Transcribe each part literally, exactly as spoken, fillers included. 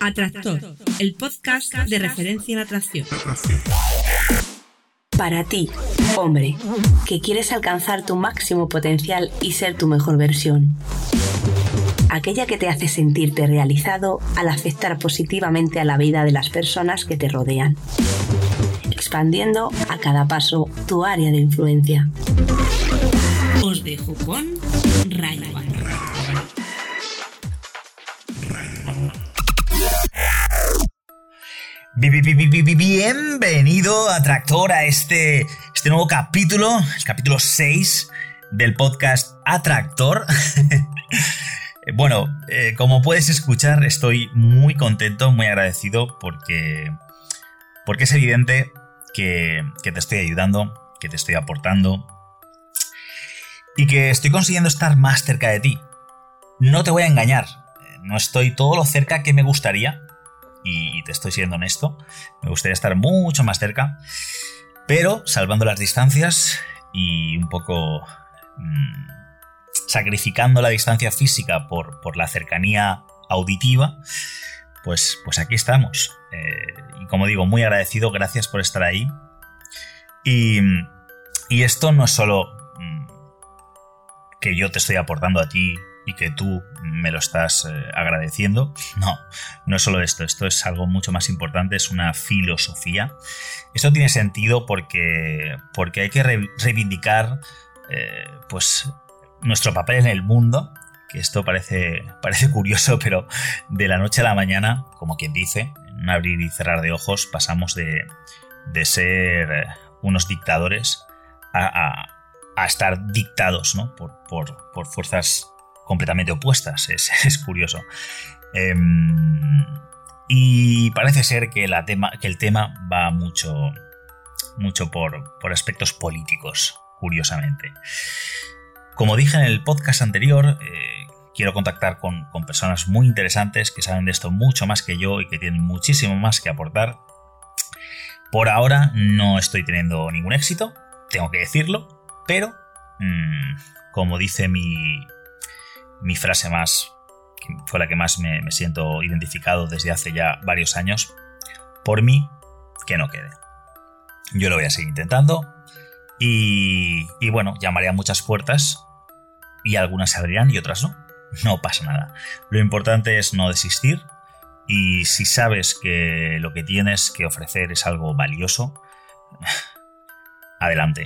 Atractor, el podcast de referencia en atracción. Para ti, hombre, que quieres alcanzar tu máximo potencial y ser tu mejor versión. Aquella que te hace sentirte realizado al afectar positivamente a la vida de las personas que te rodean, expandiendo a cada paso tu área de influencia. Os dejo con Raywan. Bienvenido, Atractor, a este, este nuevo capítulo, el capítulo seis del podcast Atractor. Bueno, eh, como puedes escuchar, estoy muy contento, muy agradecido porque, porque es evidente que, que te estoy ayudando, que te estoy aportando y que estoy consiguiendo estar más cerca de ti. No te voy a engañar, no estoy todo lo cerca que me gustaría. Y te estoy siendo honesto, me gustaría estar mucho más cerca, pero salvando las distancias y un poco mmm, sacrificando la distancia física por, por la cercanía auditiva, pues, pues aquí estamos. Eh, y como digo, muy agradecido, gracias por estar ahí. Y, y esto no es solo mmm, que yo te estoy aportando a ti y que tú me lo estás eh, agradeciendo. No, no es solo esto, esto es algo mucho más importante, es una filosofía. Esto tiene sentido porque, porque hay que re- reivindicar eh, pues, nuestro papel en el mundo, que esto parece, parece curioso, pero de la noche a la mañana, como quien dice, en un abrir y cerrar de ojos, pasamos de, de ser unos dictadores a, a, a estar dictados, ¿no? por, por, por fuerzas completamente opuestas, es, es curioso. Eh, y parece ser que, la tema, que el tema va mucho, mucho por, por aspectos políticos, curiosamente. Como dije en el podcast anterior, eh, quiero contactar con, con personas muy interesantes que saben de esto mucho más que yo y que tienen muchísimo más que aportar. Por ahora no estoy teniendo ningún éxito, tengo que decirlo, pero mmm, como dice mi... Mi frase más, que fue la que más me, me siento identificado desde hace ya varios años, por mí, que no quede. Yo lo voy a seguir intentando y, y bueno, llamaré a muchas puertas y algunas se abrirán y otras no. No pasa nada. Lo importante es no desistir y si sabes que lo que tienes que ofrecer es algo valioso, adelante.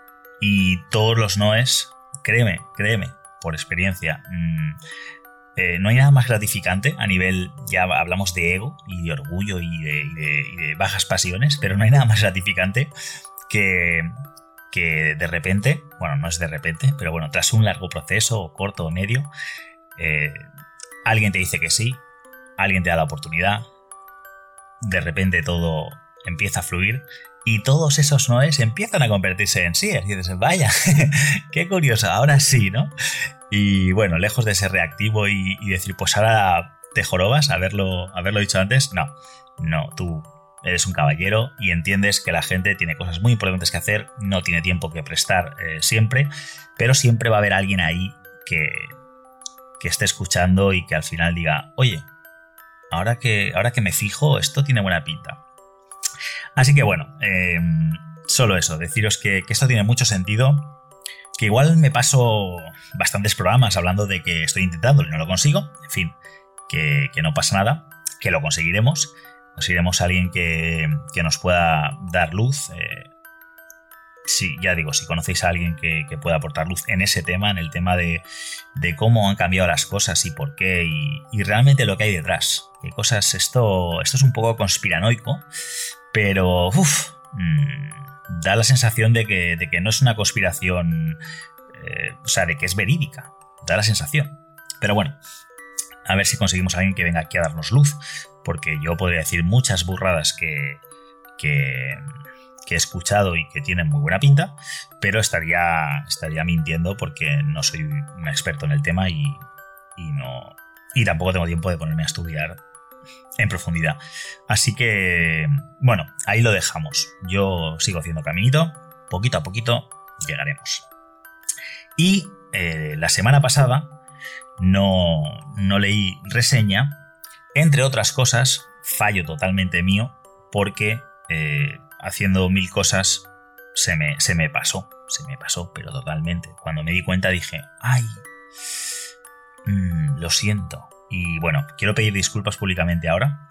Y todos los noes, créeme, créeme, por experiencia, mmm, eh, no hay nada más gratificante a nivel, ya hablamos de ego y de orgullo y de, y, de, y de bajas pasiones, pero no hay nada más gratificante que, que de repente, bueno, no es de repente, pero bueno, tras un largo proceso, o corto o medio, eh, alguien te dice que sí, alguien te da la oportunidad, de repente todo empieza a fluir y todos esos noes empiezan a convertirse en síes. Y dices, vaya, qué curioso, ahora sí, ¿no? Y bueno, lejos de ser reactivo y, y decir, pues ahora te jorobas, haberlo, haberlo dicho antes, no, no, tú eres un caballero y entiendes que la gente tiene cosas muy importantes que hacer, no tiene tiempo que prestar eh, siempre, pero siempre va a haber alguien ahí que, que esté escuchando y que al final diga, oye, ahora que, ahora que me fijo, esto tiene buena pinta. Así que bueno, eh, solo eso, deciros que, que esto tiene mucho sentido, que igual me paso bastantes programas hablando de que estoy intentando y no lo consigo, en fin, que, que no pasa nada, que lo conseguiremos, conseguiremos a alguien que, que nos pueda dar luz. Eh, sí, ya digo, si conocéis a alguien que, que pueda aportar luz en ese tema, en el tema de, de cómo han cambiado las cosas y por qué, y, y realmente lo que hay detrás, qué cosas, esto, esto es un poco conspiranoico, pero uff, mmm, da la sensación de que, de que no es una conspiración, eh, o sea, de que es verídica, da la sensación. Pero bueno, a ver si conseguimos a alguien que venga aquí a darnos luz, porque yo podría decir muchas burradas que, que, que he escuchado y que tienen muy buena pinta, pero estaría, estaría mintiendo porque no soy un experto en el tema y, y, no, y tampoco tengo tiempo de ponerme a estudiar en profundidad. Así que, bueno, ahí lo dejamos. Yo sigo haciendo caminito, poquito a poquito llegaremos. Y eh, la semana pasada no, no leí reseña Entre otras cosas, fallo totalmente mío porque eh, haciendo mil cosas se me, se me pasó, se me pasó, pero totalmente. Cuando me di cuenta dije, ¡ay! Mmm, lo siento. Y bueno, quiero pedir disculpas públicamente ahora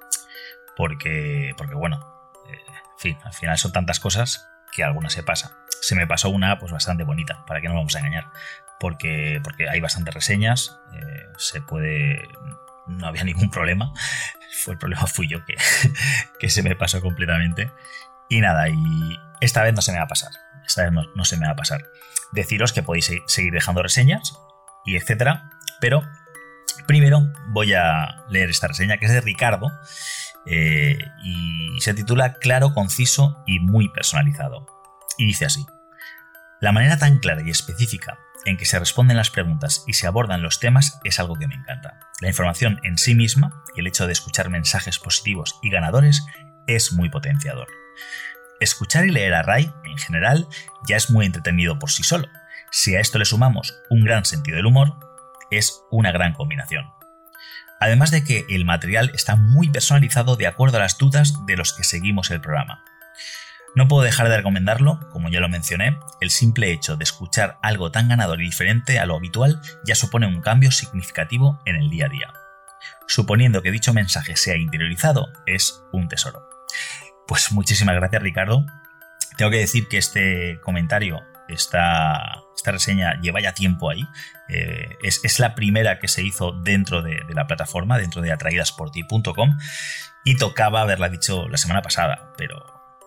porque, porque bueno, eh, en fin, al final son tantas cosas que algunas se pasan. Se me pasó una pues bastante bonita, para que no nos vamos a engañar, porque, porque hay bastantes reseñas, eh, se puede... no había ningún problema, fue el problema fui yo que, que se me pasó completamente. Y nada, y esta vez no se me va a pasar, esta vez no, no se me va a pasar. Deciros que podéis seguir dejando reseñas y etcétera, pero primero voy a leer esta reseña que es de Ricardo eh, y se titula Claro, conciso y muy personalizado. Y dice así: la manera tan clara y específica en que se responden las preguntas y se abordan los temas es algo que me encanta. La información en sí misma y el hecho de escuchar mensajes positivos y ganadores es muy potenciador. Escuchar y leer a Ray, en general, ya es muy entretenido por sí solo. Si a esto le sumamos un gran sentido del humor, es una gran combinación. Además de que el material está muy personalizado de acuerdo a las dudas de los que seguimos el programa. No puedo dejar de recomendarlo, como ya lo mencioné, el simple hecho de escuchar algo tan ganador y diferente a lo habitual ya supone un cambio significativo en el día a día. Suponiendo que dicho mensaje sea interiorizado, es un tesoro. Pues muchísimas gracias, Ricardo. Tengo que decir que este comentario, esta, esta reseña lleva ya tiempo ahí. Eh, es, es la primera que se hizo dentro de, de la plataforma, dentro de atraídas por ti punto com, y tocaba haberla dicho la semana pasada, pero...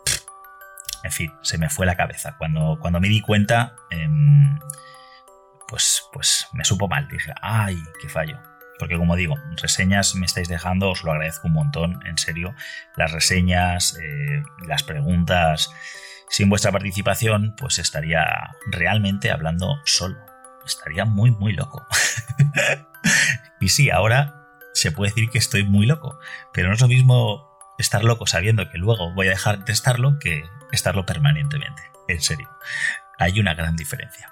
en fin, se me fue la cabeza. Cuando, cuando me di cuenta, eh, pues, pues me supo mal. Dije, ¡ay, qué fallo! Porque como digo, reseñas me estáis dejando, os lo agradezco un montón, en serio. Las reseñas, eh, las preguntas, sin vuestra participación, pues estaría realmente hablando solo. Estaría muy, muy loco. Y sí, ahora se puede decir que estoy muy loco, pero no es lo mismo estar loco sabiendo que luego voy a dejar de estarlo que estarlo permanentemente. En serio, hay una gran diferencia.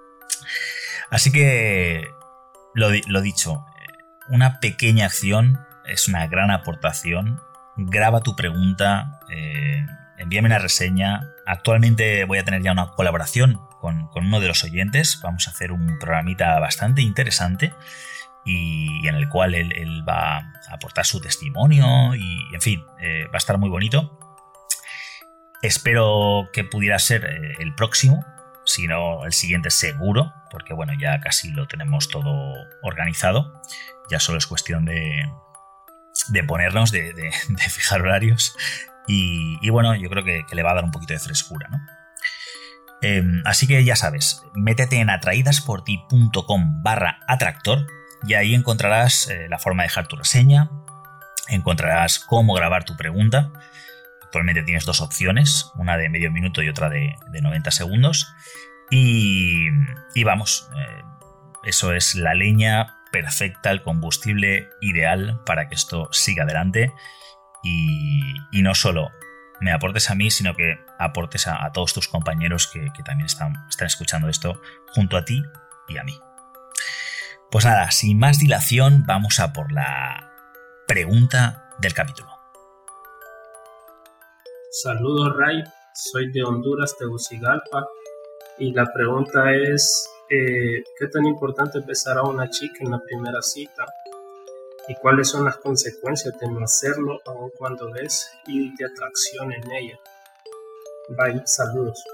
Así que, lo, lo dicho, una pequeña acción es una gran aportación. Graba tu pregunta, eh, envíame una reseña. Actualmente voy a tener ya una colaboración con, con uno de los oyentes. Vamos a hacer un programita bastante interesante y en el cual él, él va a aportar su testimonio y, en fin, eh, va a estar muy bonito. Espero que pudiera ser eh, el próximo, si no el siguiente seguro, porque bueno, ya casi lo tenemos todo organizado. Ya solo es cuestión de, de ponernos, de, de, de fijar horarios y, y bueno, yo creo que, que le va a dar un poquito de frescura, ¿no? Eh, así que ya sabes, métete en atraídasporti punto com barra atractor y ahí encontrarás eh, la forma de dejar tu reseña, encontrarás cómo grabar tu pregunta. Actualmente tienes dos opciones, una de medio minuto y otra de, de noventa segundos. Y, y vamos, eh, eso es la leña perfecta, el combustible ideal para que esto siga adelante. Y, y no solo me aportes a mí, sino que aportes a, a todos tus compañeros que, que también están, están escuchando esto junto a ti y a mí. Pues nada, sin más dilación, vamos a por la pregunta del capítulo. Saludos, Ray, soy de Honduras, Tegucigalpa, y la pregunta es, eh, ¿qué tan importante es besar a una chica en la primera cita? ¿Y cuáles son las consecuencias de no hacerlo aun cuando ves y de atracción en ella? Bye, saludos.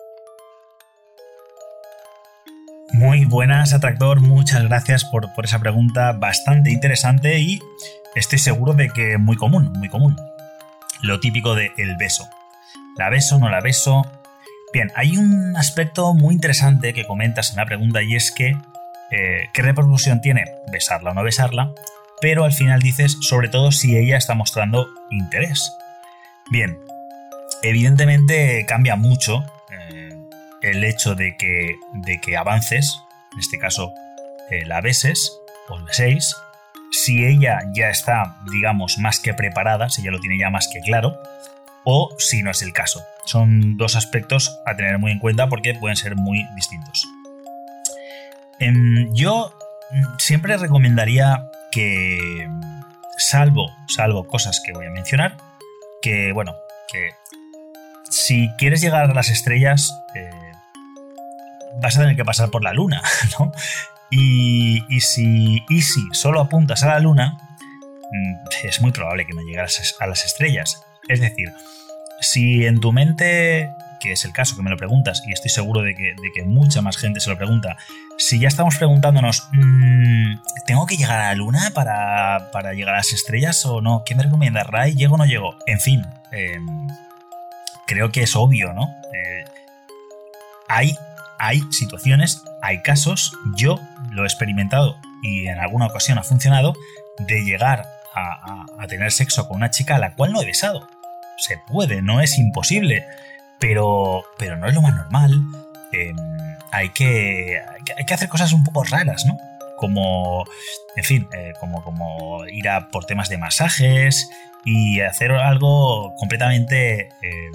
Muy buenas, Atractor, muchas gracias por, por esa pregunta bastante interesante y estoy seguro de que muy común, muy común. Lo típico de el beso. ¿La beso, no la beso? Bien, hay un aspecto muy interesante que comentas en la pregunta y es que eh, ¿qué repercusión tiene besarla o no besarla? Pero al final dices, sobre todo si ella está mostrando interés. Bien, evidentemente cambia mucho eh, el hecho de que, de que avances, en este caso eh, la beses o beséis, si ella ya está, digamos, más que preparada, si ella lo tiene ya más que claro, o si no es el caso. Son dos aspectos a tener muy en cuenta porque pueden ser muy distintos. Eh, yo siempre recomendaría que salvo, salvo cosas que voy a mencionar, que bueno, que si quieres llegar a las estrellas eh, vas a tener que pasar por la luna, ¿no? Y, y, si, y si solo apuntas a la luna, es muy probable que no llegaras a las estrellas. Es decir, si en tu mente, que es el caso que me lo preguntas, y estoy seguro de que, de que mucha más gente se lo pregunta, si ya estamos preguntándonos, mmm, ¿tengo que llegar a la luna para, para llegar a las estrellas o no? ¿Qué me recomiendas, Ray? ¿Llego o no llego? En fin, eh, creo que es obvio, ¿no? Eh, hay, hay situaciones, hay casos, yo lo he experimentado y en alguna ocasión ha funcionado, de llegar a, a, a tener sexo con una chica a la cual no he besado. Se puede, no es imposible, pero, pero no es lo más normal. Eh, hay, que, hay, que, hay que hacer cosas un poco raras, ¿no? Como, en fin, eh, como, como ir a por temas de masajes y hacer algo completamente, eh,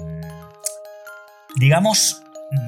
digamos,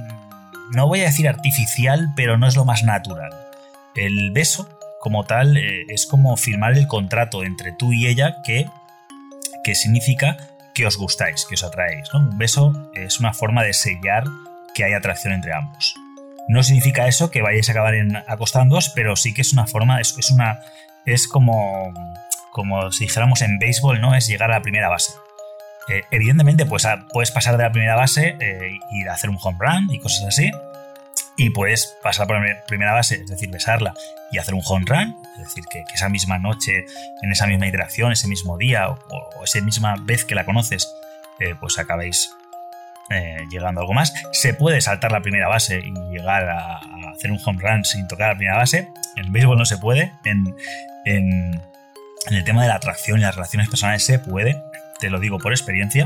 no voy a decir artificial, pero no es lo más natural. El beso, como tal, eh, es como firmar el contrato entre tú y ella que, que significa que os gustáis, que os atraéis, ¿no? Un beso es una forma de sellar que hay atracción entre ambos. No significa eso que vayáis a acabar en, acostándoos, pero sí que es una forma, es, es una, es como, como si dijéramos en béisbol, ¿no? Es llegar a la primera base. Eh, evidentemente, pues a, puedes pasar de la primera base eh, y hacer un home run y cosas así. Y puedes pasar por la primera base, es decir, besarla y hacer un home run, es decir, que, que esa misma noche, en esa misma interacción, ese mismo día o, o esa misma vez que la conoces, eh, pues acabéis eh, llegando a algo más. Se puede saltar la primera base y llegar a, a hacer un home run sin tocar la primera base. En béisbol no se puede. En, en, en el tema de la atracción y las relaciones personales se puede, te lo digo por experiencia,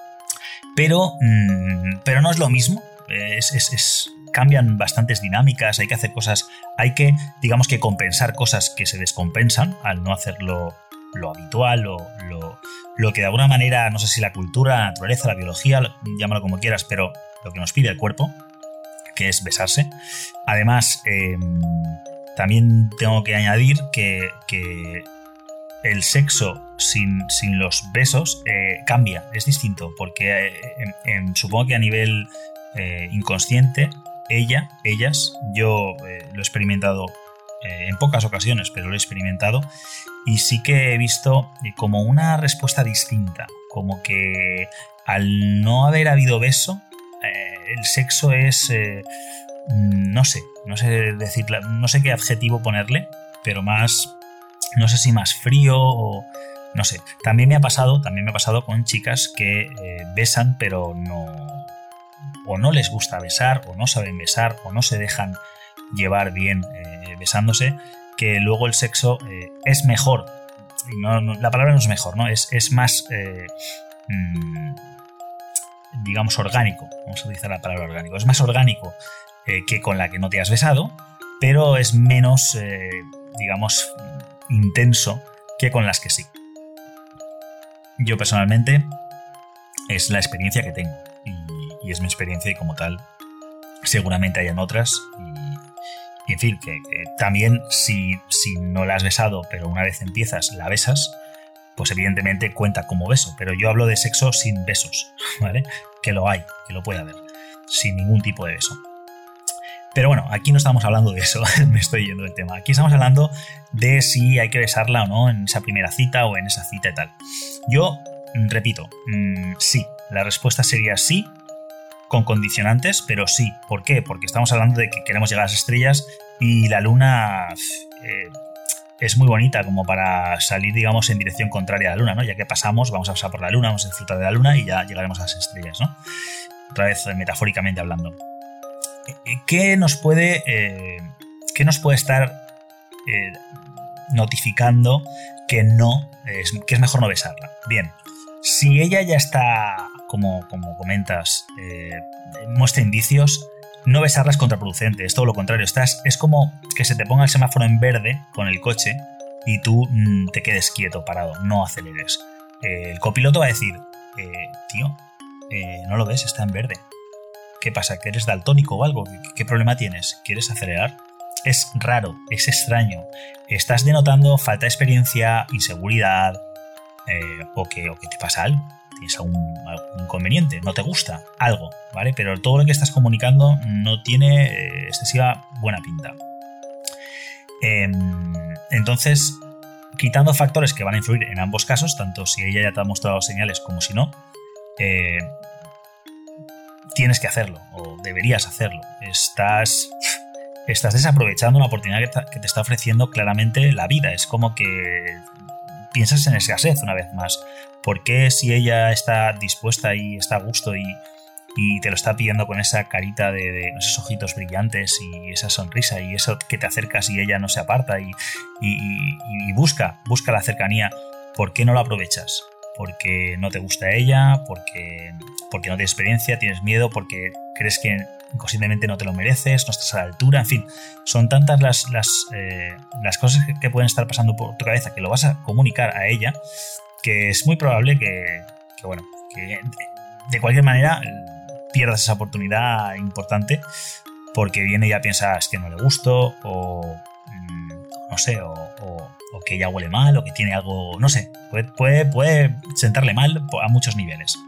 pero, mmm, pero no es lo mismo. Es... es, es cambian bastantes dinámicas, hay que hacer cosas, hay que, digamos que compensar cosas que se descompensan al no hacerlo lo habitual, lo, lo, lo que de alguna manera, no sé si la cultura, la naturaleza, la biología, llámalo como quieras, pero lo que nos pide el cuerpo, que es besarse. Además, eh, también tengo que añadir que, que el sexo sin, sin los besos eh, cambia, es distinto, porque eh, en, en, supongo que a nivel eh, inconsciente, Ella, ellas, yo eh, lo he experimentado eh, en pocas ocasiones, pero lo he experimentado y sí que he visto eh, como una respuesta distinta, como que al no haber habido beso, eh, el sexo es, eh, no sé, no sé decir, no sé qué adjetivo ponerle, pero más, no sé si más frío o no sé. También me ha pasado, también me ha pasado con chicas que eh, besan, pero no o no les gusta besar, o no saben besar, o no se dejan llevar bien eh, besándose, que luego el sexo eh, es mejor. Y no, no, la palabra no es mejor, ¿no? Es, es más, eh, mmm, digamos, orgánico. Vamos a utilizar la palabra orgánico. Es más orgánico eh, que con la que no te has besado, pero es menos, eh, digamos, intenso que con las que sí. Yo personalmente es la experiencia que tengo. Y es mi experiencia y como tal seguramente hayan otras y, y en fin, que, que también si, si no la has besado pero una vez empiezas la besas, pues evidentemente cuenta como beso, pero yo hablo de sexo sin besos, ¿vale? Que lo hay, que lo puede haber, sin ningún tipo de beso. Pero bueno, aquí no estamos hablando de eso, me estoy yendo del tema. Aquí estamos hablando de si hay que besarla o no en esa primera cita o en esa cita y tal. Yo, repito, mmm, sí, la respuesta sería sí, con condicionantes, pero sí. ¿Por qué? Porque estamos hablando de que queremos llegar a las estrellas y la luna eh, es muy bonita como para salir, digamos, en dirección contraria a la luna, ¿no? Ya que pasamos, vamos a pasar por la luna, vamos a disfrutar de la luna y ya llegaremos a las estrellas, ¿no? Otra vez, metafóricamente hablando. ¿Qué nos puede, eh, qué nos puede estar eh, notificando que no, es, que es mejor no besarla? Bien, si ella ya está, como, como comentas, eh, muestra indicios, no besarla es contraproducente, es todo lo contrario. Estás, es como que se te ponga el semáforo en verde con el coche y tú mmm, te quedes quieto, parado, no aceleres. Eh, el copiloto va a decir, eh, tío, eh, no lo ves, está en verde. ¿Qué pasa? ¿Que eres daltónico o algo? ¿Qué, qué problema tienes? ¿Quieres acelerar? es raro, es extraño. Estás denotando falta de experiencia, inseguridad, eh, o, que, o que te pasa algo. Tienes algún, algún inconveniente, no te gusta algo, ¿vale? Pero todo lo que estás comunicando no tiene eh, excesiva buena pinta. Eh, entonces, quitando factores que van a influir en ambos casos, tanto si ella ya te ha mostrado señales como si no, eh, tienes que hacerlo, o deberías hacerlo. Estás, estás desaprovechando una oportunidad que te, que te está ofreciendo claramente la vida. Es como que piensas en escasez una vez más. ¿Por qué si ella está dispuesta y está a gusto y, y te lo está pidiendo con esa carita de, de esos ojitos brillantes y esa sonrisa y eso que te acercas y ella no se aparta y, y, y, y busca, busca la cercanía? ¿Por qué no lo aprovechas? Porque no te gusta ella, porque, porque no tienes experiencia, tienes miedo, porque crees que inconscientemente no te lo mereces, no estás a la altura, en fin, son tantas las, las, eh, las cosas que, que pueden estar pasando por tu cabeza que lo vas a comunicar a ella, que es muy probable que, que bueno, que de, de cualquier manera pierdas esa oportunidad importante porque viene y ya piensas que no le gusto o mmm, no sé, o, o, o que ella huele mal o que tiene algo, no sé, puede, puede, puede sentarle mal a muchos niveles.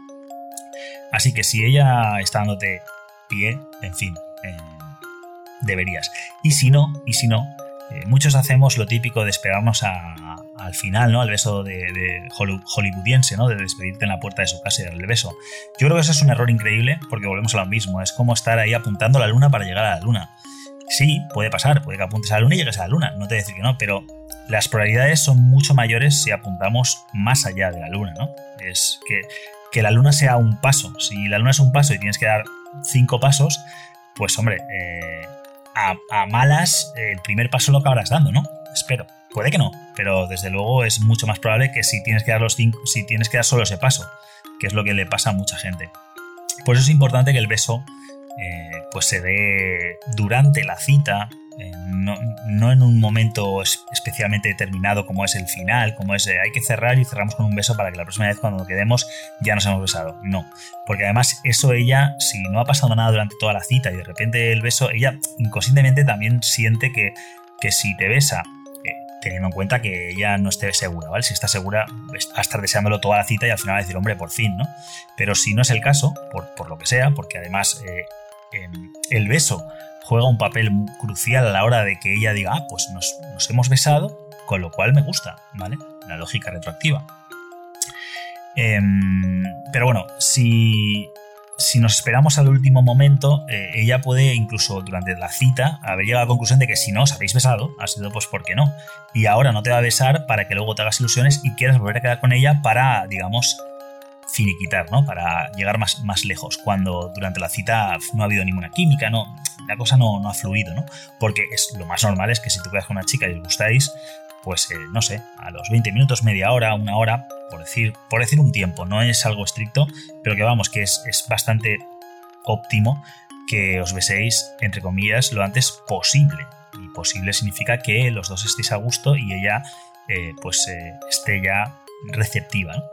Así que si ella está dándote pie, en fin, eh, deberías. Y si no, y si no, eh, muchos hacemos lo típico de esperarnos a, a, al final, ¿no? Al beso de, de hollywoodiense, ¿no? De despedirte en la puerta de su casa y darle el beso. Yo creo que eso es un error increíble porque volvemos a lo mismo. Es como estar ahí apuntando a la luna para llegar a la luna. Sí, puede pasar, puede que apuntes a la luna y llegues a la luna, no te voy a decir que no, pero las probabilidades son mucho mayores si apuntamos más allá de la luna, ¿no? Es que, que la luna sea un paso. Si la luna es un paso y tienes que dar cinco pasos, pues hombre, eh, a, a malas el primer paso lo acabarás dando, ¿no? Espero. Puede que no, pero desde luego es mucho más probable que si tienes que dar los cinco, si tienes que dar solo ese paso, que es lo que le pasa a mucha gente. Por eso es importante que el beso eh, pues se dé durante la cita, eh, no, no en un momento es, especialmente determinado como es el final, como es eh, hay que cerrar y cerramos con un beso para que la próxima vez cuando nos quedemos ya nos hemos besado. No, porque además eso ella, si no ha pasado nada durante toda la cita y de repente el beso, ella inconscientemente también siente que, que si te besa, teniendo en cuenta que ella no esté segura, ¿vale? Si está segura, va a estar deseándolo toda la cita y al final va a decir, hombre, por fin, ¿no? Pero si no es el caso, por, por lo que sea, porque además eh, eh, el beso juega un papel crucial a la hora de que ella diga, ah, pues nos, nos hemos besado, con lo cual me gusta, ¿vale? La lógica retroactiva. Eh, pero bueno, si... Si nos esperamos al último momento, eh, ella puede incluso durante la cita haber llegado a la conclusión de que si no os habéis besado, ha sido pues porque no. Y ahora no te va a besar para que luego te hagas ilusiones y quieras volver a quedar con ella para, digamos, finiquitar, ¿no? Para llegar más, más lejos. Cuando durante la cita no ha habido ninguna química, no, la cosa no, no ha fluido, ¿no? Porque es, lo más normal es que si tú quedas con una chica y os gustáis, pues eh, no sé, a los veinte minutos, media hora, una hora, por decir, por decir un tiempo, no es algo estricto, pero que vamos, que es, es bastante óptimo que os beséis, entre comillas, lo antes posible. Y posible significa que los dos estéis a gusto y ella eh, pues eh, esté ya receptiva, ¿no?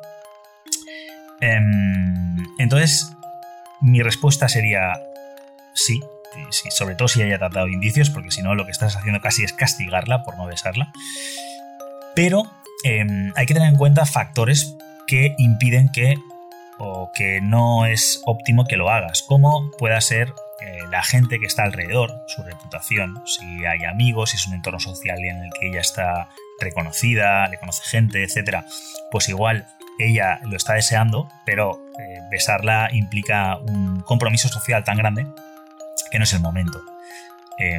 Eh, entonces, mi respuesta sería sí, sí, sobre todo si ella te ha dado indicios, porque si no lo que estás haciendo casi es castigarla por no besarla. Pero eh, hay que tener en cuenta factores que impiden que o que no es óptimo que lo hagas, como pueda ser eh, la gente que está alrededor, su reputación, si hay amigos, si es un entorno social en el que ella está reconocida, le conoce gente, etcétera, pues igual ella lo está deseando, pero eh, besarla implica un compromiso social tan grande que no es el momento. Eh,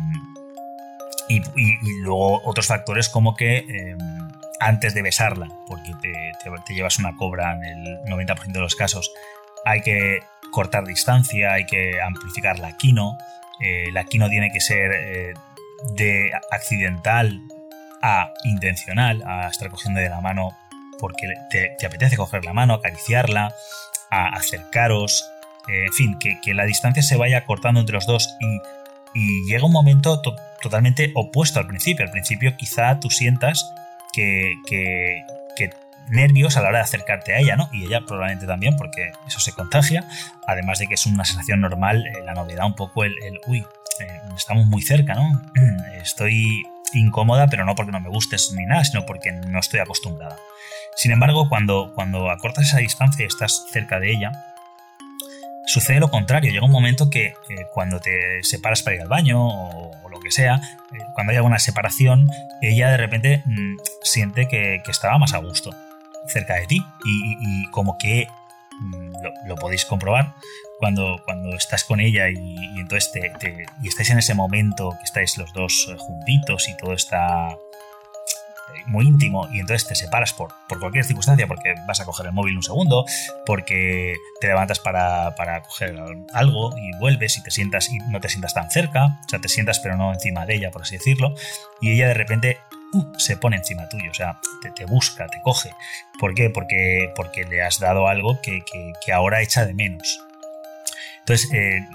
y, y, y luego otros factores como que eh, antes de besarla, porque te, te, te llevas una cobra en el noventa por ciento de los casos, hay que cortar distancia, hay que amplificar la quino. Eh, la quino tiene que ser eh, de accidental a intencional, a estar cogiendo de la mano porque te, te apetece coger la mano, acariciarla, a acercaros, eh, en fin, que, que la distancia se vaya cortando entre los dos y, y llega un momento to- totalmente opuesto al principio. Al principio quizá tú sientas que, que, que nervios a la hora de acercarte a ella, ¿no? Y ella probablemente también, porque eso se contagia, además de que es una sensación normal, eh, la novedad, un poco el, el uy, eh, estamos muy cerca, ¿no? Estoy incómoda, pero no porque no me gustes ni nada, sino porque no estoy acostumbrada. Sin embargo, cuando, cuando acortas esa distancia y estás cerca de ella, sucede lo contrario. Llega un momento que eh, cuando te separas para ir al baño o, o lo que sea, eh, cuando hay alguna separación, ella de repente mmm, siente que, que estaba más a gusto cerca de ti y, y, y como que mmm, lo, lo podéis comprobar cuando, cuando estás con ella y, y entonces te, te, y estáis en ese momento que estáis los dos juntitos y todo está muy íntimo y entonces te separas por, por cualquier circunstancia, porque vas a coger el móvil un segundo, porque te levantas para, para coger algo y vuelves y te sientas y no te sientas tan cerca, o sea, te sientas pero no encima de ella, por así decirlo, y ella de repente uh, se pone encima tuyo, o sea, te, te busca, te coge. ¿Por qué? Porque, porque le has dado algo que, que, que ahora echa de menos. Entonces, eh,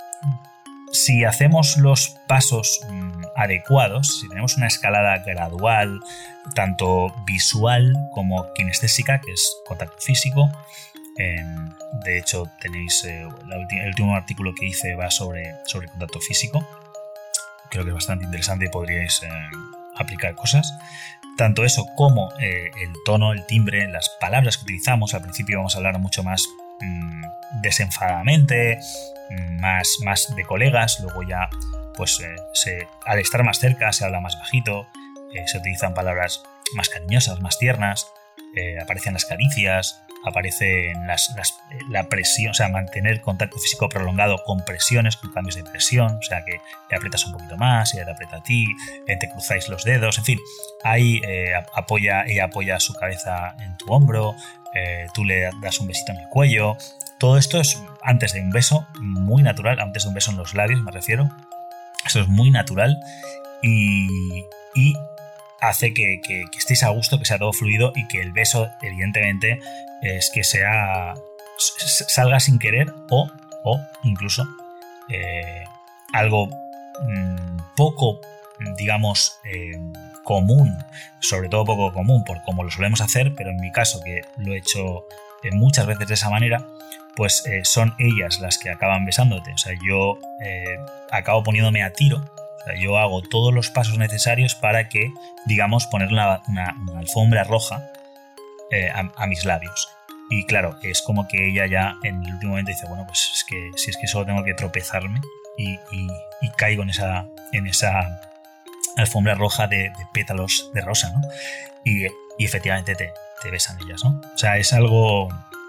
si hacemos los pasos mmm, adecuados, si tenemos una escalada gradual, tanto visual como kinestésica, que es contacto físico, eh, de hecho tenéis eh, la ulti- el último artículo que hice va sobre, sobre contacto físico, creo que es bastante interesante y podríais eh, aplicar cosas. Tanto eso como eh, el tono, el timbre, las palabras que utilizamos. Al principio vamos a hablar mucho más mmm, desenfadadamente, Más, más de colegas, luego ya pues eh, se, al estar más cerca se habla más bajito, eh, se utilizan palabras más cariñosas, más tiernas, eh, aparecen las caricias, aparecen las, las, la presión, o sea, mantener contacto físico prolongado con presiones, con cambios de presión, o sea, que le aprietas un poquito más, ella te aprieta a ti, eh, te cruzáis los dedos, en fin, ahí eh, apoya, ella apoya su cabeza en tu hombro, eh, tú le das un besito en el cuello. Todo esto es antes de un beso, muy natural, antes de un beso en los labios me refiero. Eso es muy natural y, y hace que, que, que estéis a gusto, que sea todo fluido y que el beso, evidentemente, es que sea salga sin querer o, o incluso eh, algo mmm, poco, digamos, eh, común, sobre todo poco común por como lo solemos hacer, pero en mi caso, que lo he hecho eh, muchas veces de esa manera, pues eh, son ellas las que acaban besándote. O sea, yo eh, acabo poniéndome a tiro. O sea, yo hago todos los pasos necesarios para que, digamos, poner una, una, una alfombra roja eh, a, a mis labios. Y claro, es como que ella ya en el último momento dice, bueno, pues es que si es que solo tengo que tropezarme y, y, y caigo en esa, en esa alfombra roja de, de pétalos de rosa, ¿no? Y, y efectivamente te, te besan ellas, ¿no? O sea, es algo...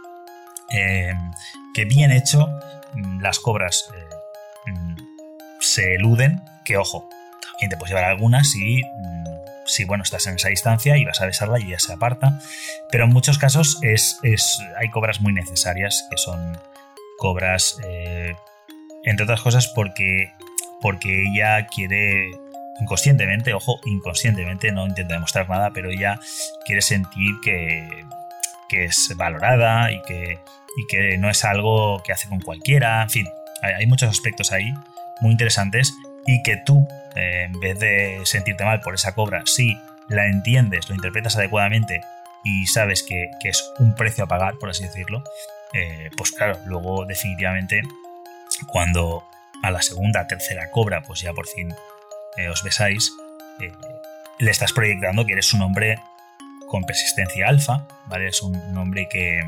Eh, que bien hecho, las cobras eh, se eluden, que ojo, también te puedes llevar algunas si, si bueno, estás en esa distancia y vas a besarla y ella se aparta, pero en muchos casos es, es, hay cobras muy necesarias, que son cobras, eh, entre otras cosas porque, porque ella quiere inconscientemente, ojo, inconscientemente, no intenta demostrar nada, pero ella quiere sentir que, que es valorada y que y que no es algo que hace con cualquiera, en fin, hay, hay muchos aspectos ahí muy interesantes y que tú, eh, en vez de sentirte mal por esa cobra, si la entiendes, lo interpretas adecuadamente y sabes que, que es un precio a pagar, por así decirlo, eh, pues claro, luego definitivamente cuando a la segunda, tercera cobra, pues ya por fin eh, os besáis, eh, le estás proyectando que eres un hombre con persistencia alfa, ¿vale? Es un, un hombre que...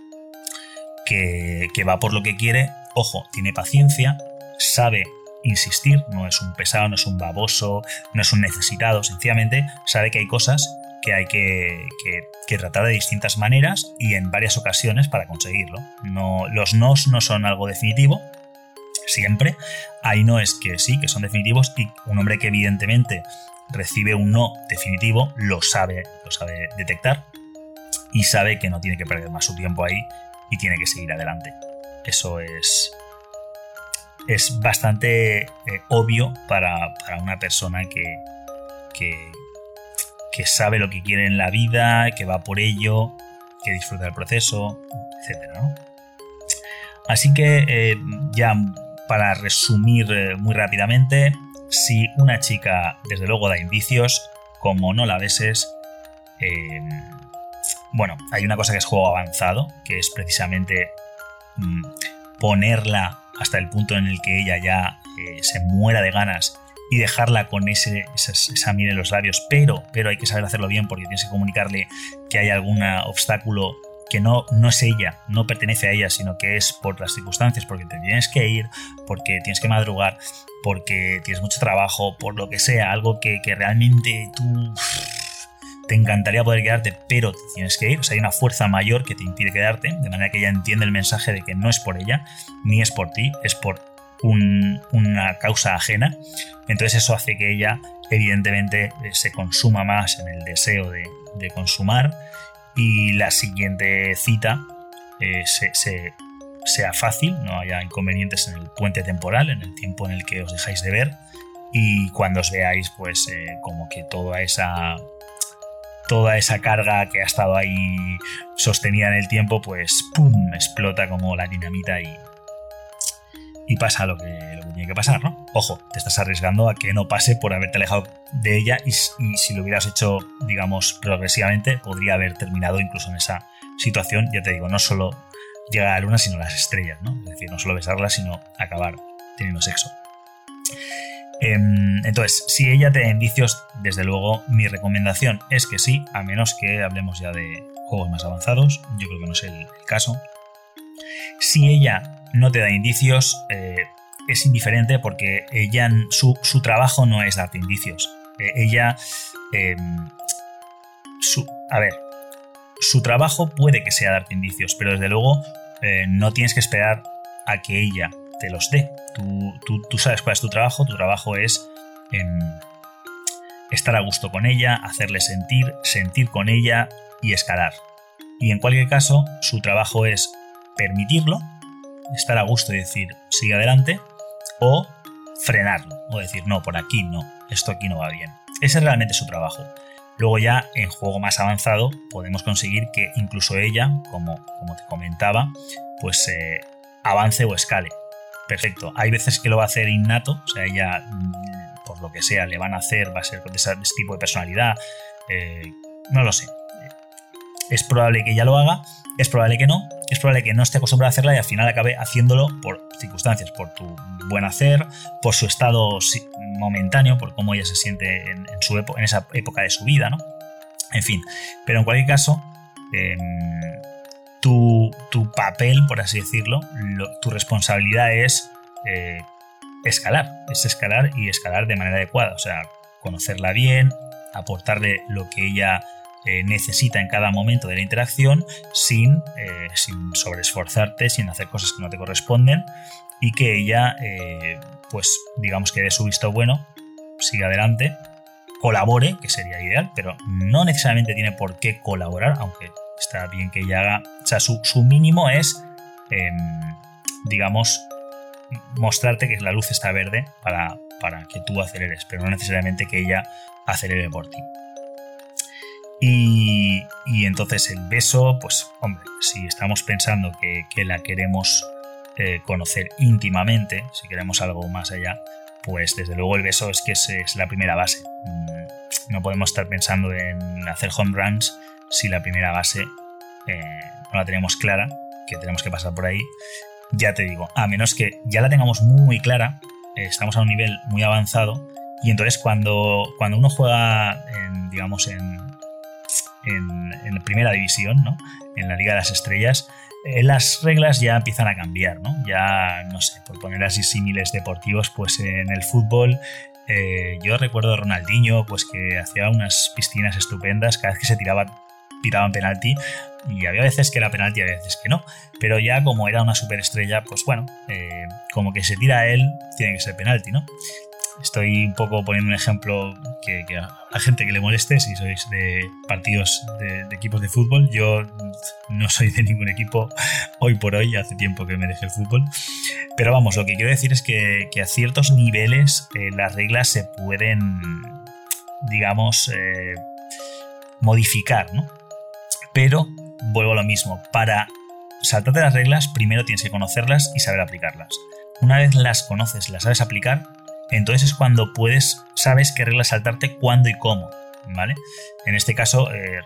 Que, que va por lo que quiere, ojo, tiene paciencia, sabe insistir, no es un pesado, no es un baboso, no es un necesitado, sencillamente sabe que hay cosas que hay que, que, que tratar de distintas maneras y en varias ocasiones para conseguirlo. No, los nos no son algo definitivo, siempre, hay noes que sí, que son definitivos y un hombre que evidentemente recibe un no definitivo lo sabe, lo sabe detectar y sabe que no tiene que perder más su tiempo ahí y tiene que seguir adelante. Eso es, es bastante eh, obvio para, para una persona que, que, que sabe lo que quiere en la vida, que va por ello, que disfruta del proceso, etcétera, ¿no? Así que eh, ya para resumir eh, muy rápidamente, si una chica desde luego da indicios, como no la beses, eh, Bueno, hay una cosa que es juego avanzado, que es precisamente mmm, ponerla hasta el punto en el que ella ya eh, se muera de ganas y dejarla con ese, esa, esa miel en los labios, pero, pero hay que saber hacerlo bien porque tienes que comunicarle que hay algún obstáculo que no, no es ella, no pertenece a ella, sino que es por las circunstancias, porque te tienes que ir, porque tienes que madrugar, porque tienes mucho trabajo, por lo que sea, algo que, que realmente tú te encantaría poder quedarte, pero te tienes que ir. O sea, hay una fuerza mayor que te impide quedarte, de manera que ella entiende el mensaje de que no es por ella, ni es por ti, es por un, una causa ajena. Entonces eso hace que ella, evidentemente, se consuma más en el deseo de, de consumar, y la siguiente cita eh, se, se, sea fácil, no haya inconvenientes en el puente temporal, en el tiempo en el que os dejáis de ver, y cuando os veáis, pues eh, como que toda esa toda esa carga que ha estado ahí sostenida en el tiempo, pues pum, explota como la dinamita y, y pasa lo que, lo que tiene que pasar, ¿no? Ojo, te estás arriesgando a que no pase por haberte alejado de ella, y, y si lo hubieras hecho, digamos, progresivamente, podría haber terminado incluso en esa situación. Ya te digo, no solo llegar a la luna, sino las estrellas, ¿no? Es decir, no solo besarla, sino acabar teniendo sexo. Entonces, si ella te da indicios, desde luego mi recomendación es que sí, a menos que hablemos ya de juegos más avanzados. Yo creo que no es el, el caso. Si ella no te da indicios, eh, es indiferente, porque ella, su, su trabajo no es darte indicios. Eh, ella, eh, su, a ver, su trabajo puede que sea darte indicios, pero desde luego eh, no tienes que esperar a que ella te los dé. Tú, tú, tú sabes cuál es tu trabajo. Tu trabajo es eh, estar a gusto con ella, hacerle sentir, sentir con ella y escalar. Y en cualquier caso, su trabajo es permitirlo, estar a gusto y decir sigue adelante, o frenarlo, o decir no, por aquí no, esto aquí no va bien. Ese es realmente su trabajo. Luego ya en juego más avanzado podemos conseguir que incluso ella, como, como te comentaba, pues eh, avance o escale. Perfecto. Hay veces que lo va a hacer innato, o sea, ella, por lo que sea, le van a hacer, va a ser de ese tipo de personalidad, eh, no lo sé. Es probable que ella lo haga, es probable que no, es probable que no esté acostumbrada a hacerla y al final acabe haciéndolo por circunstancias, por tu buen hacer, por su estado momentáneo, por cómo ella se siente en, en, su epo- en esa época de su vida, ¿no? En fin, pero en cualquier caso, eh, tu, tu papel, por así decirlo, lo, tu responsabilidad es eh, escalar, es escalar y escalar de manera adecuada, o sea, conocerla bien, aportarle lo que ella eh, necesita en cada momento de la interacción, sin, eh, sin sobreesforzarte, sin hacer cosas que no te corresponden, y que ella, eh, pues digamos que dé su visto bueno, siga adelante, colabore, que sería ideal, pero no necesariamente tiene por qué colaborar, aunque está bien que ella haga, o sea, su, su mínimo es, eh, digamos, mostrarte que la luz está verde para, para que tú aceleres, pero no necesariamente que ella acelere por ti. Y, y entonces el beso, pues hombre, si estamos pensando que, que la queremos eh, conocer íntimamente, si queremos algo más allá, pues desde luego el beso es que es, es la primera base. No podemos estar pensando en hacer home runs si la primera base eh, no la tenemos clara, que tenemos que pasar por ahí. Ya te digo, a menos que ya la tengamos muy, muy clara, eh, estamos a un nivel muy avanzado, y entonces cuando, cuando uno juega en, digamos, en, en, en primera división, ¿no? En la Liga de las Estrellas, eh, las reglas ya empiezan a cambiar, ¿no? Ya, no sé, por poner así símiles deportivos, pues en el fútbol, eh, yo recuerdo a Ronaldinho, pues que hacía unas piscinas estupendas cada vez que se tiraba, tiraban penalti, y había veces que era penalti y había veces que no, pero ya como era una superestrella, pues bueno, eh, como que se tira a él, tiene que ser penalti, ¿no? Estoy un poco poniendo un ejemplo que, que a la gente que le moleste, si sois de partidos de, de equipos de fútbol. Yo no soy de ningún equipo hoy por hoy, hace tiempo que me dejé el fútbol, pero vamos, lo que quiero decir es que, que a ciertos niveles eh, las reglas se pueden, digamos, eh, modificar, ¿no? Pero vuelvo a lo mismo, para saltarte las reglas primero tienes que conocerlas y saber aplicarlas. Una vez las conoces y las sabes aplicar, entonces es cuando puedes, sabes qué reglas saltarte, cuándo y cómo, ¿vale? En este caso, eh,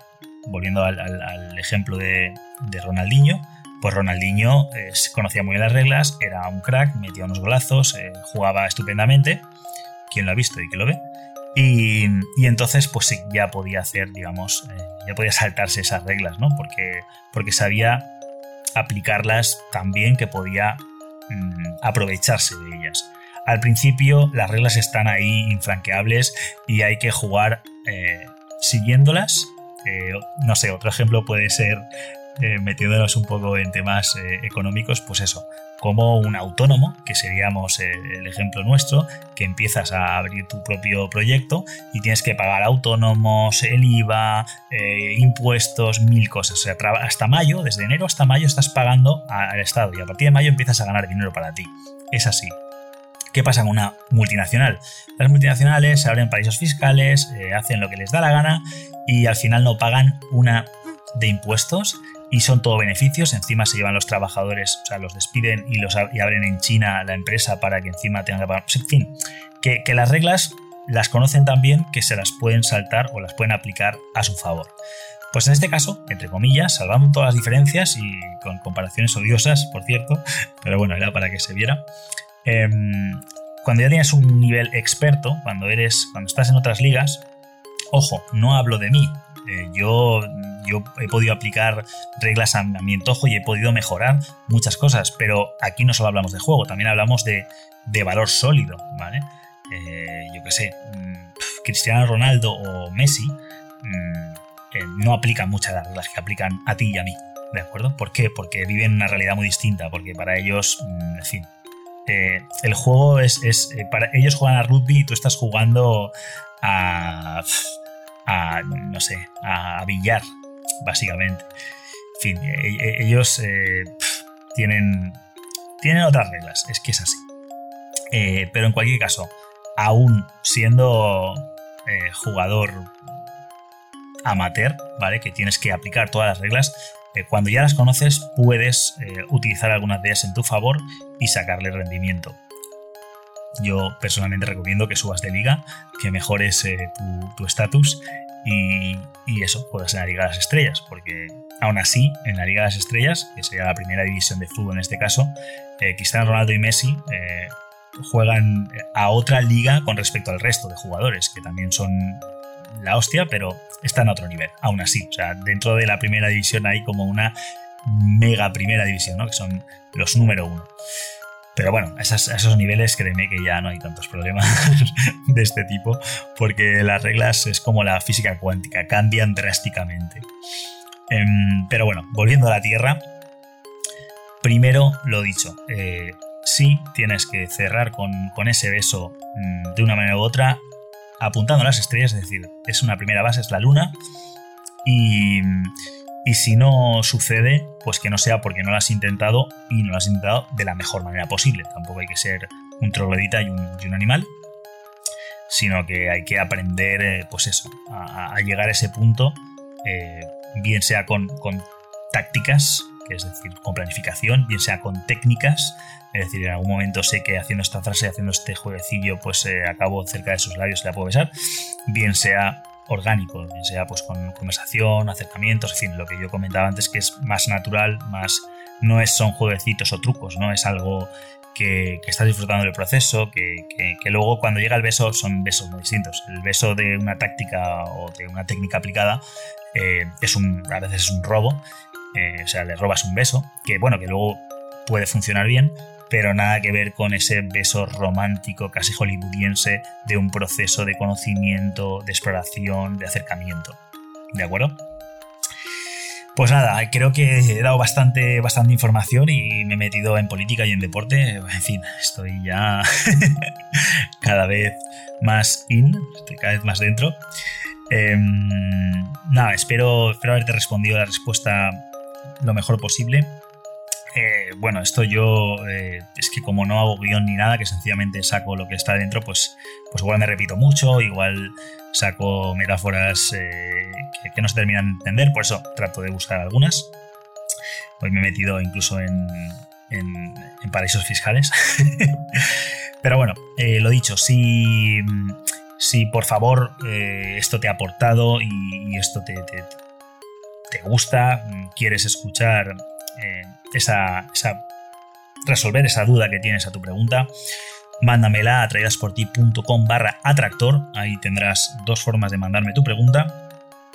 volviendo al, al, al ejemplo de, de Ronaldinho, pues Ronaldinho eh, conocía muy bien las reglas, era un crack, metía unos golazos, eh, jugaba estupendamente, quien lo ha visto y que lo ve, y, y entonces pues sí, ya podía hacer, digamos, eh, ya podía saltarse esas reglas, ¿no? Porque, porque sabía aplicarlas tan bien que podía mmm, aprovecharse de ellas. Al principio las reglas están ahí infranqueables y hay que jugar eh, siguiéndolas. Eh, no sé, otro ejemplo puede ser, eh, metiéndonos un poco en temas eh, económicos, pues eso, como un autónomo, que seríamos eh, el ejemplo nuestro, que empiezas a abrir tu propio proyecto y tienes que pagar autónomos, el I V A, eh, impuestos, mil cosas. O sea, hasta mayo, desde enero hasta mayo estás pagando al Estado y a partir de mayo empiezas a ganar dinero para ti. Es así. ¿Qué pasa con una multinacional? Las multinacionales se abren paraísos fiscales, eh, hacen lo que les da la gana y al final no pagan una de impuestos y son todo beneficios. Encima se llevan los trabajadores, o sea, los despiden y los y abren en China la empresa para que encima tengan que pagar. En fin, que, que las reglas las conocen tan bien que se las pueden saltar o las pueden aplicar a su favor. Pues en este caso, entre comillas, salvando todas las diferencias y con comparaciones odiosas, por cierto, pero bueno, era para que se viera. Eh, cuando ya tienes un nivel experto, cuando eres, cuando estás en otras ligas, ojo, no hablo de mí. Eh, yo, yo he podido aplicar reglas a, a mi antojo y he podido mejorar muchas cosas, pero aquí no solo hablamos de juego, también hablamos de, de valor sólido, ¿vale? Eh, yo qué sé, mmm, Cristiano Ronaldo o Messi mmm, eh, no aplican muchas de las reglas que aplican a ti y a mí, ¿de acuerdo? ¿Por qué? Porque viven una realidad muy distinta, porque para ellos, mmm, en fin, eh, el juego es, es eh, para ellos juegan a rugby y tú estás jugando a... a, no sé, a billar, básicamente. En fin, ellos eh, tienen, tienen otras reglas, es que es así. Eh, pero en cualquier caso, aún siendo eh, jugador amateur, ¿vale? Que tienes que aplicar todas las reglas, eh, cuando ya las conoces puedes eh, utilizar algunas de ellas en tu favor y sacarle rendimiento. Yo personalmente recomiendo que subas de liga, que mejores eh, tu estatus y, y eso, juegas en la Liga de las Estrellas, porque aún así, en la Liga de las Estrellas, que sería la primera división de fútbol en este caso, eh, Cristiano Ronaldo y Messi eh, juegan a otra liga con respecto al resto de jugadores, que también son la hostia, pero están a otro nivel, aún así. O sea, dentro de la primera división hay como una mega primera división, ¿no? Que son los número uno. Pero bueno, a, esas, a esos niveles créeme que ya no hay tantos problemas de este tipo, porque las reglas es como la física cuántica, cambian drásticamente. Eh, pero bueno, volviendo a la Tierra, primero lo dicho, eh, sí tienes que cerrar con, con ese beso mmm, de una manera u otra, apuntando a las estrellas, es decir, es una primera base, es la Luna, y... Y si no sucede, pues que no sea porque no lo has intentado y no lo has intentado de la mejor manera posible. Tampoco hay que ser un troglodita y un, y un animal, sino que hay que aprender, eh, pues eso, a, a llegar a ese punto, eh, bien sea con, con tácticas, que es decir, con planificación, bien sea con técnicas, es decir, en algún momento sé que haciendo esta frase, haciendo este jueguecillo, pues eh, acabo cerca de sus labios y la puedo besar, bien sea orgánico, bien sea pues con conversación, acercamientos, en fin, lo que yo comentaba antes, que es más natural, más no es, son jueguecitos o trucos, no es algo que, que estás disfrutando del proceso, que, que, que luego cuando llega el beso son besos muy distintos. El beso de una táctica o de una técnica aplicada eh, es un, a veces es un robo, eh, o sea, le robas un beso, que bueno, que luego puede funcionar bien, pero nada que ver con ese beso romántico, casi hollywoodiense, de un proceso de conocimiento, de exploración, de acercamiento. ¿De acuerdo? Pues nada, creo que he dado bastante, bastante información y me he metido en política y en deporte. En fin, estoy ya cada vez más in, estoy cada vez más dentro. Eh, nada, espero, espero haberte respondido la respuesta lo mejor posible. Eh, bueno, esto yo eh, es que como no hago guión ni nada, que sencillamente saco lo que está dentro, pues, pues igual me repito mucho, igual saco metáforas eh, que, que no se terminan de entender, por eso trato de buscar algunas. Hoy me he metido incluso en, en, en paraísos fiscales. Pero bueno, eh, lo dicho, si, si por favor eh, esto te ha aportado y, y esto te... te te gusta, quieres escuchar eh, esa, esa resolver esa duda que tienes a tu pregunta, mándamela a atraídasporti.com barra atractor. Ahí tendrás dos formas de mandarme tu pregunta.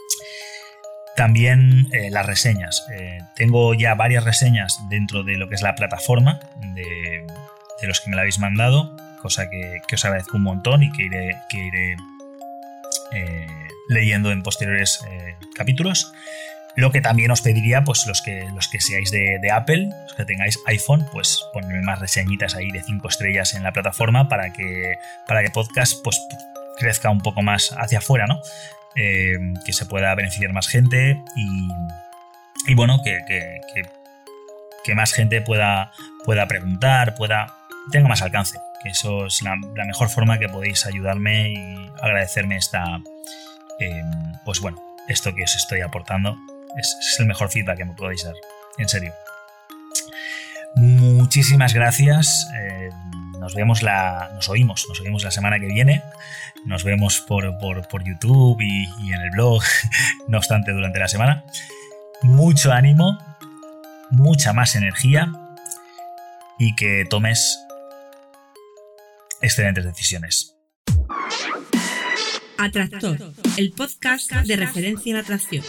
También eh, las reseñas. Eh, tengo ya varias reseñas dentro de lo que es la plataforma de, de los que me la habéis mandado, cosa que, que os agradezco un montón y que iré, que iré eh, leyendo en posteriores eh, capítulos. Lo que también os pediría, pues los que, los que seáis de, de Apple, los que tengáis iPhone, pues ponedme más reseñitas ahí de cinco estrellas en la plataforma para que, para que podcast pues, crezca un poco más hacia afuera, ¿no? Eh, que se pueda beneficiar más gente y, y bueno, que, que, que, que más gente pueda, pueda preguntar, pueda tenga más alcance, que eso es la, la mejor forma que podéis ayudarme y agradecerme esta, eh, pues bueno, esto que os estoy aportando es, es el mejor feedback que me podéis dar, en serio. Muchísimas gracias. Eh, nos vemos la, nos oímos, nos oímos la semana que viene. Nos vemos por, por, por YouTube y, y en el blog, no obstante, durante la semana. Mucho ánimo, mucha más energía y que tomes excelentes decisiones. Atractor, el podcast de referencia en atracción.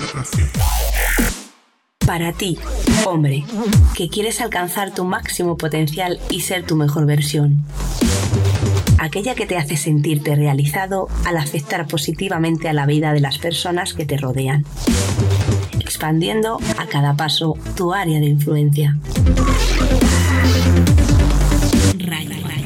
Para ti, hombre, que quieres alcanzar tu máximo potencial y ser tu mejor versión. Aquella que te hace sentirte realizado al afectar positivamente a la vida de las personas que te rodean, expandiendo a cada paso tu área de influencia. Ray, ray.